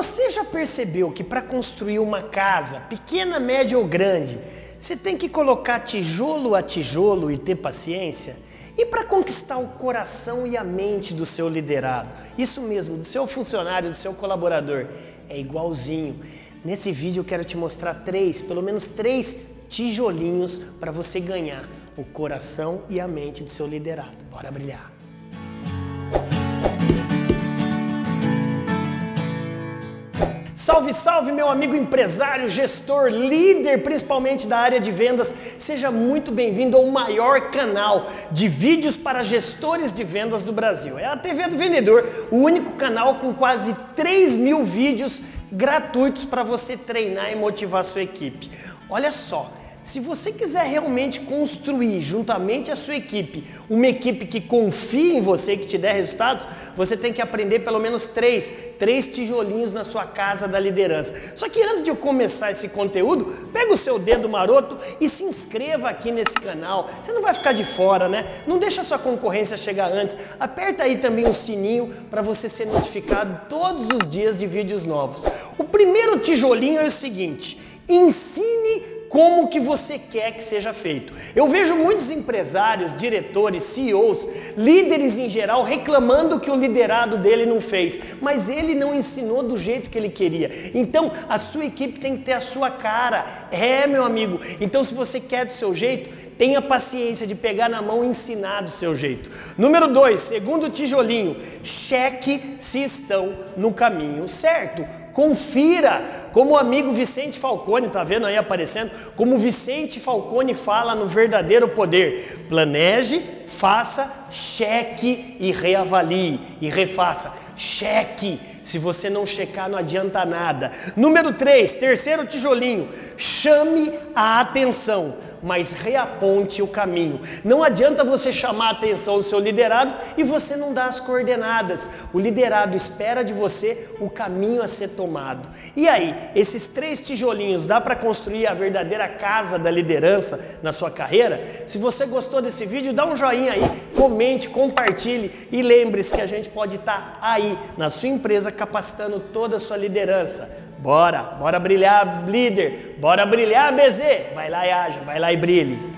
Você já percebeu que para construir uma casa, pequena, média ou grande, você tem que colocar tijolo a tijolo e ter paciência? E para conquistar o coração e a mente do seu liderado, isso mesmo, do seu funcionário, do seu colaborador, é igualzinho. Nesse vídeo eu quero te mostrar pelo menos três tijolinhos para você ganhar o coração e a mente do seu liderado. Bora brilhar! Salve, salve, meu amigo empresário, gestor, líder, principalmente da área de vendas. Seja muito bem-vindo ao maior canal de vídeos para gestores de vendas do Brasil. É a TV do Vendedor, o único canal com quase 3.000 vídeos gratuitos para você treinar e motivar sua equipe. Olha só, se você quiser realmente construir, juntamente a sua equipe, uma equipe que confie em você, que te dê resultados, você tem que aprender pelo menos três tijolinhos na sua casa da liderança. Só que antes de eu começar esse conteúdo, pega o seu dedo maroto e se inscreva aqui nesse canal. Você não vai ficar de fora, né? Não deixa a sua concorrência chegar antes. Aperta aí também o sininho para você ser notificado todos os dias de vídeos novos. O primeiro tijolinho é o seguinte: ensine como que você quer que seja feito. Eu vejo muitos empresários, diretores, CEOs, líderes em geral reclamando que o liderado dele não fez, mas ele não ensinou do jeito que ele queria. Então, a sua equipe tem que ter a sua cara. Meu amigo. Então, se você quer do seu jeito, tenha paciência de pegar na mão e ensinar do seu jeito. Número 2, segundo tijolinho, cheque se estão no caminho certo. Confira, como o amigo Vicente Falcone, tá vendo aí aparecendo? Como o Vicente Falcone fala no Verdadeiro Poder: planeje, faça, cheque e reavalie. E refaça, cheque. Se você não checar, não adianta nada. Número 3, terceiro tijolinho, chame a atenção, mas reaponte o caminho. Não adianta você chamar a atenção do seu liderado e você não dar as coordenadas. O liderado espera de você o caminho a ser tomado. E aí, esses 3 tijolinhos dá para construir a verdadeira casa da liderança na sua carreira? Se você gostou desse vídeo, dá um joinha aí, comente, compartilhe e lembre-se que a gente pode estar aí na sua empresa capacitando toda a sua liderança. Bora brilhar, líder, bora brilhar, BZ, vai lá e haja, vai lá e brilhe.